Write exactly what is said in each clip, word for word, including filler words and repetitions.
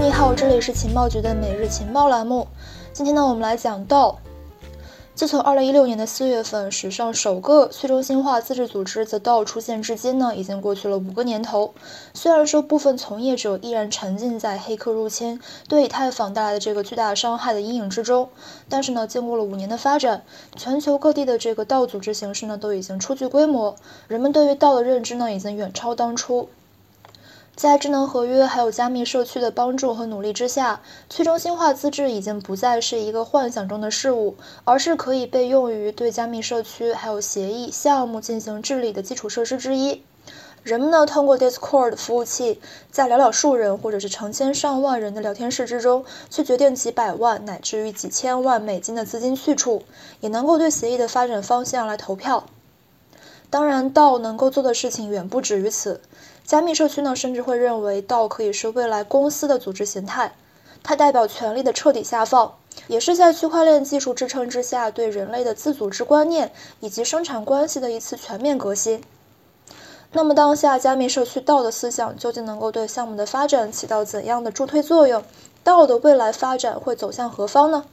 你好，这里是情报局的每日情报栏目。今天呢，我们来讲到，自从二零一六年的四月份，史上首个去中心化自治组织 The D A O 出现至今呢，已经过去了五个年头。虽然说部分从业者依然沉浸在黑客入侵对以太坊带来的这个巨大伤害的阴影之中，但是呢，经过了五年的发展，全球各地的这个 D A O 组织形式呢，都已经初具规模，人们对于 D A O 的认知呢，已经远超当初。在智能合约还有加密社区的帮助和努力之下，去中心化自治已经不再是一个幻想中的事物，而是可以被用于对加密社区还有协议项目进行治理的基础设施之一。人们呢，通过 Discord 服务器，在寥寥数人或者是成千上万人的聊天室之中，去决定几百万乃至于几千万美金的资金去处，也能够对协议的发展方向来投票。当然 D A O 能够做的事情远不止于此。加密社区呢，甚至会认为 D A O 可以是未来公司的组织形态，它代表权力的彻底下放，也是在区块链技术支撑之下对人类的自组织观念以及生产关系的一次全面革新。那么当下加密社区 D A O 的思想究竟能够对项目的发展起到怎样的助推作用？ D A O 的未来发展会走向何方呢？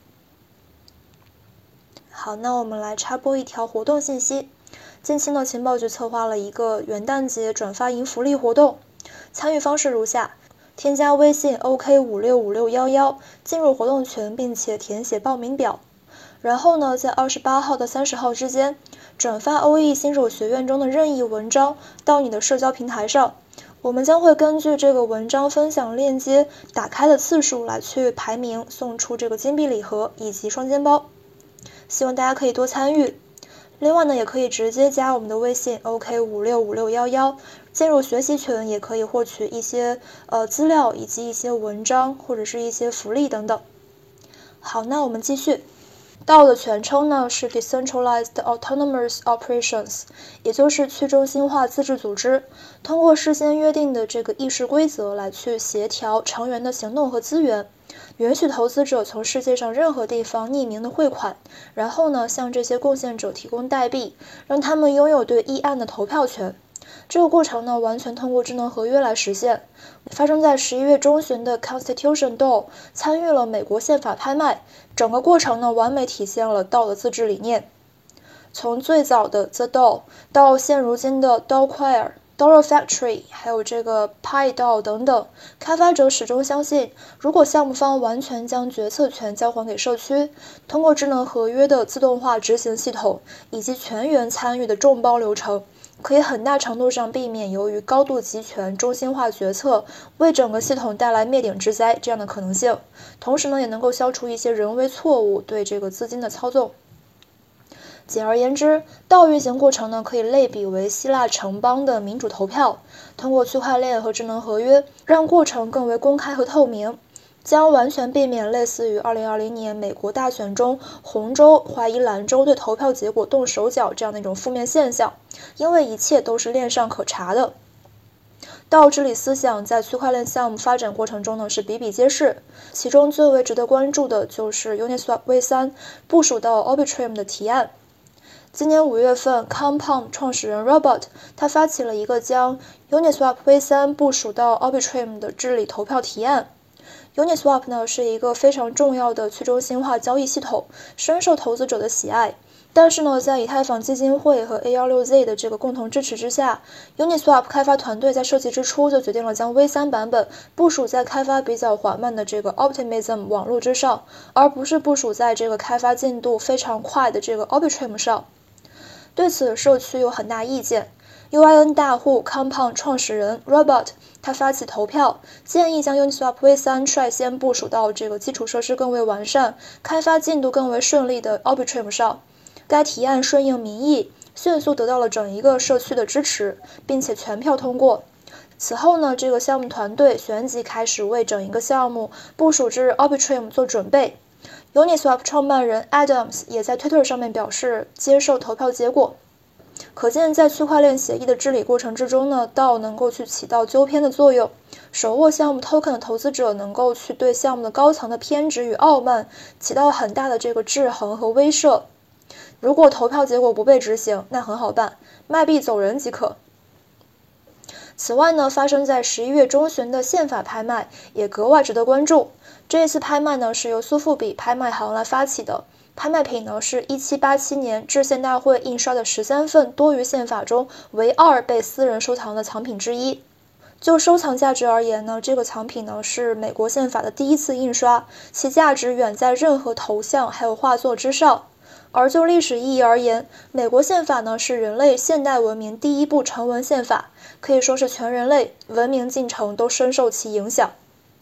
好，那我们来插播一条活动信息。近期呢，情报局策划了一个元旦节转发银福利活动，参与方式如下：添加微信 O K 五六五六一一，进入活动群，并且填写报名表。然后呢，在二十八号到三十号之间，转发 O E 新手学院中的任意文章到你的社交平台上，我们将会根据这个文章分享链接打开的次数来去排名，送出这个金币礼盒以及双肩包。希望大家可以多参与。另外呢，也可以直接加我们的微信 O K 五六五六一一，进入学习群，也可以获取一些呃资料以及一些文章或者是一些福利等等。好，那我们继续。D A O 的全称呢是 Decentralized Autonomous Operations， 也就是去中心化自治组织，通过事先约定的这个议事规则来去协调成员的行动和资源，允许投资者从世界上任何地方匿名的汇款，然后呢向这些贡献者提供代币，让他们拥有对议案的投票权。这个过程呢完全通过智能合约来实现。发生在十一月中旬的 Constitution D A O 参与了美国宪法拍卖，整个过程呢完美体现了 D A O 的自治理念。从最早的 The D A O 到现如今的 DAOquire、Doro Factory 还有这个 Pi D A O 等等，开发者始终相信，如果项目方完全将决策权交还给社区，通过智能合约的自动化执行系统以及全员参与的众包流程，可以很大程度上避免由于高度集权中心化决策为整个系统带来灭顶之灾这样的可能性，同时呢也能够消除一些人为错误对这个资金的操纵。简而言之， D A O 运行过程呢可以类比为希腊城邦的民主投票，通过区块链和智能合约让过程更为公开和透明，将完全避免类似于二零二零年美国大选中红州怀疑蓝州对投票结果动手脚这样的一种负面现象，因为一切都是链上可查的。D A O 治理思想在区块链项目发展过程中呢是比比皆是，其中最为值得关注的就是 Uniswap V 三 部署到 Arbitrum 的提案。今年五月份 Compound 创始人 Robert 他发起了一个将 Uniswap V 三 部署到 Arbitrum 的治理投票提案。Uniswap 呢是一个非常重要的去中心化交易系统，深受投资者的喜爱。但是呢，在以太坊基金会和 A 一六 Z 的这个共同支持之下， Uniswap 开发团队在设计之初就决定了将 V 三 版本部署在开发比较缓慢的这个 Optimism 网络之上，而不是部署在这个开发进度非常快的这个 Arbitrum 上。对此，社区有很大意见。U I N 大户 Compound 创始人 Robert 他发起投票，建议将 Uniswap V 三 率先部署到这个基础设施更为完善、开发进度更为顺利的 Arbitrum 上。该提案顺应民意，迅速得到了整一个社区的支持，并且全票通过。此后呢，这个项目团队旋即开始为整一个项目部署至 Arbitrum 做准备。Uniswap 创办人 Adams 也在 Twitter 上面表示接受投票结果。可见在区块链协议的治理过程之中呢 ，D A O 能够去起到纠偏的作用，手握项目 token 的投资者能够去对项目的高层的偏执与傲慢起到很大的这个制衡和威慑。如果投票结果不被执行，那很好办，卖币走人即可。 此外呢，发生在十一月中旬的宪法拍卖也格外值得关注。这一次拍卖呢是由苏富比拍卖行来发起的，拍卖品呢是一七八七年制宪大会印刷的十三份多于宪法中唯二被私人收藏的藏品之一。就收藏价值而言呢，这个藏品呢是美国宪法的第一次印刷，其价值远在任何头像还有画作之上。而就历史意义而言，美国宪法呢是人类现代文明第一部成文宪法，可以说是全人类文明进程都深受其影响。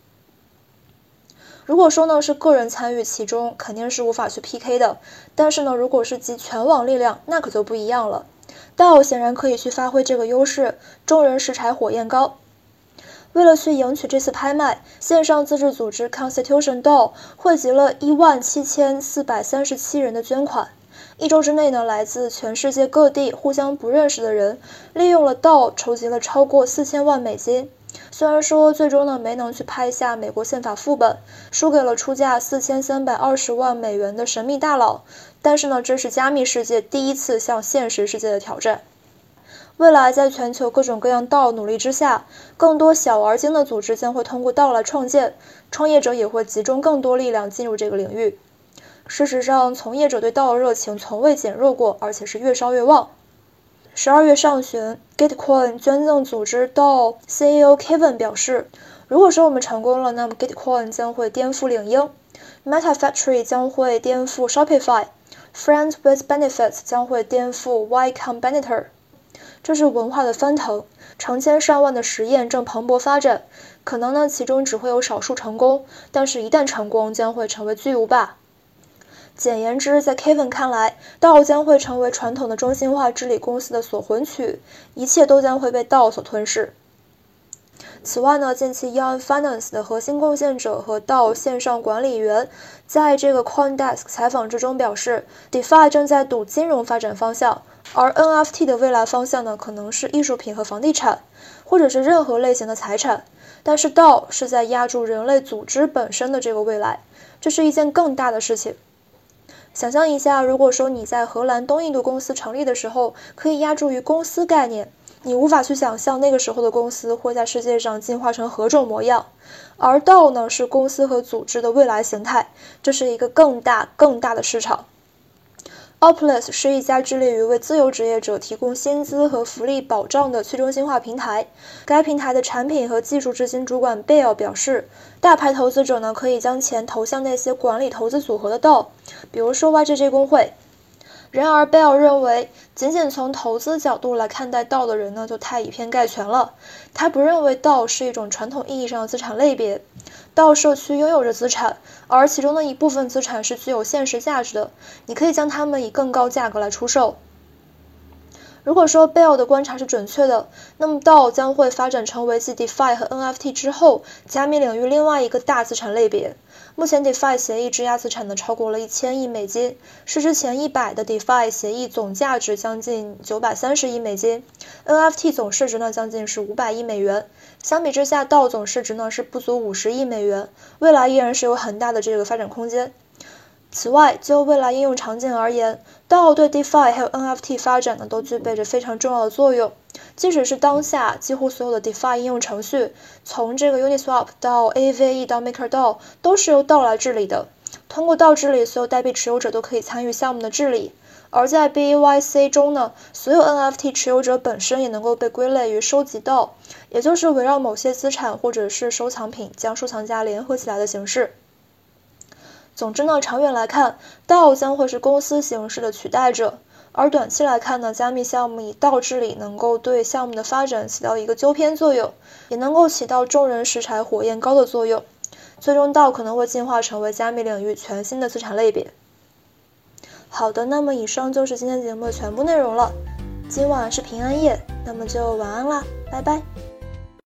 如果说呢是个人参与其中，肯定是无法去 P K 的，但是呢如果是集全网力量，那可就不一样了。D A O 显然可以去发挥这个优势，众人拾柴火焰高。为了去赢取这次拍卖，线上自治组织 Constitution D A O 汇集了一万七千四百三十七人的捐款。一周之内呢，来自全世界各地互相不认识的人，利用了 D A O 筹集了超过四千万美金。虽然说最终呢没能去拍下美国宪法副本，输给了出价四千三百二十万美元的神秘大佬，但是呢，这是加密世界第一次向现实世界的挑战。未来在全球各种各样 D A O 努力之下，更多小而精的组织将会通过 D A O 来创建，创业者也会集中更多力量进入这个领域。事实上，从业者对 D A O 的热情从未减弱过，而且是越烧越旺。十二月上旬 Gitcoin 捐赠组织 D A O C E O Kevin 表示，如果说我们成功了，那么 Gitcoin 将会颠覆领英， Meta Factory 将会颠覆 Shopify， Friends with Benefits 将会颠覆 Y Combinator。这是文化的翻腾，成千上万的实验正蓬勃发展，可能呢其中只会有少数成功，但是一旦成功将会成为巨无霸。简言之，在 Kevin 看来 ，D A O 将会成为传统的中心化治理公司的锁魂曲，一切都将会被 D A O 所吞噬。此外呢，近期 Yearn Finance 的核心贡献者和 D A O 线上管理员在这个 CoinDesk 采访之中表示 ，DeFi 正在赌金融发展方向，而 N F T 的未来方向呢，可能是艺术品和房地产，或者是任何类型的财产。但是 D A O 是在压住人类组织本身的这个未来，这是一件更大的事情。想象一下，如果说你在荷兰东印度公司成立的时候，可以压注于公司概念，你无法去想象那个时候的公司会在世界上进化成何种模样。而 D A O 呢，是公司和组织的未来形态，这是一个更大更大的市场。Opolis 是一家致力于为自由职业者提供薪资和福利保障的去中心化平台。该平台的产品和技术执行主管 Bill 表示，大牌投资者呢可以将钱投向那些管理投资组合的 D A O， 比如说 Y J J 工会。然而 Bill 认为，仅仅从投资角度来看待 D A O 的人呢，就太以偏概全了。他不认为 D A O 是一种传统意义上的资产类别。D A O 社区拥有着资产，而其中的一部分资产是具有现实价值的，你可以将它们以更高价格来出售。如果说 Bill 的观察是准确的，那么 D A O 将会发展成为继 DeFi 和 N F T 之后，加密领域另外一个大资产类别。目前 DeFi 协议质押资产呢超过了一千亿美金，是之前一百的 DeFi 协议总价值将近九百三十亿美金 ，N F T 总市值呢将近是五百亿美元。相比之下 ，D A O 总市值呢是不足五十亿美元，未来依然是有很大的这个发展空间。此外，就未来应用场景而言 ，D A O 对 DeFi 还有 N F T 发展呢都具备着非常重要的作用。即使是当下几乎所有的 DeFi 应用程序，从这个 Uniswap 到 A V E 到 MakerDAO 都是由 D A O 来治理的。通过 D A O 治理，所有代币持有者都可以参与项目的治理。而在 B A Y C 中呢，所有 N F T 持有者本身也能够被归类于收集 D A O， 也就是围绕某些资产或者是收藏品将收藏家联合起来的形式。总之呢，长远来看 ，D A O 将会是公司形式的取代者。而短期来看呢，加密项目以 D A O 治理能够对项目的发展起到一个纠偏作用，也能够起到众人拾柴火焰高的作用。最终 D A O 可能会进化成为加密领域全新的资产类别。好的，那么以上就是今天节目的全部内容了。今晚是平安夜，那么就晚安啦，拜拜。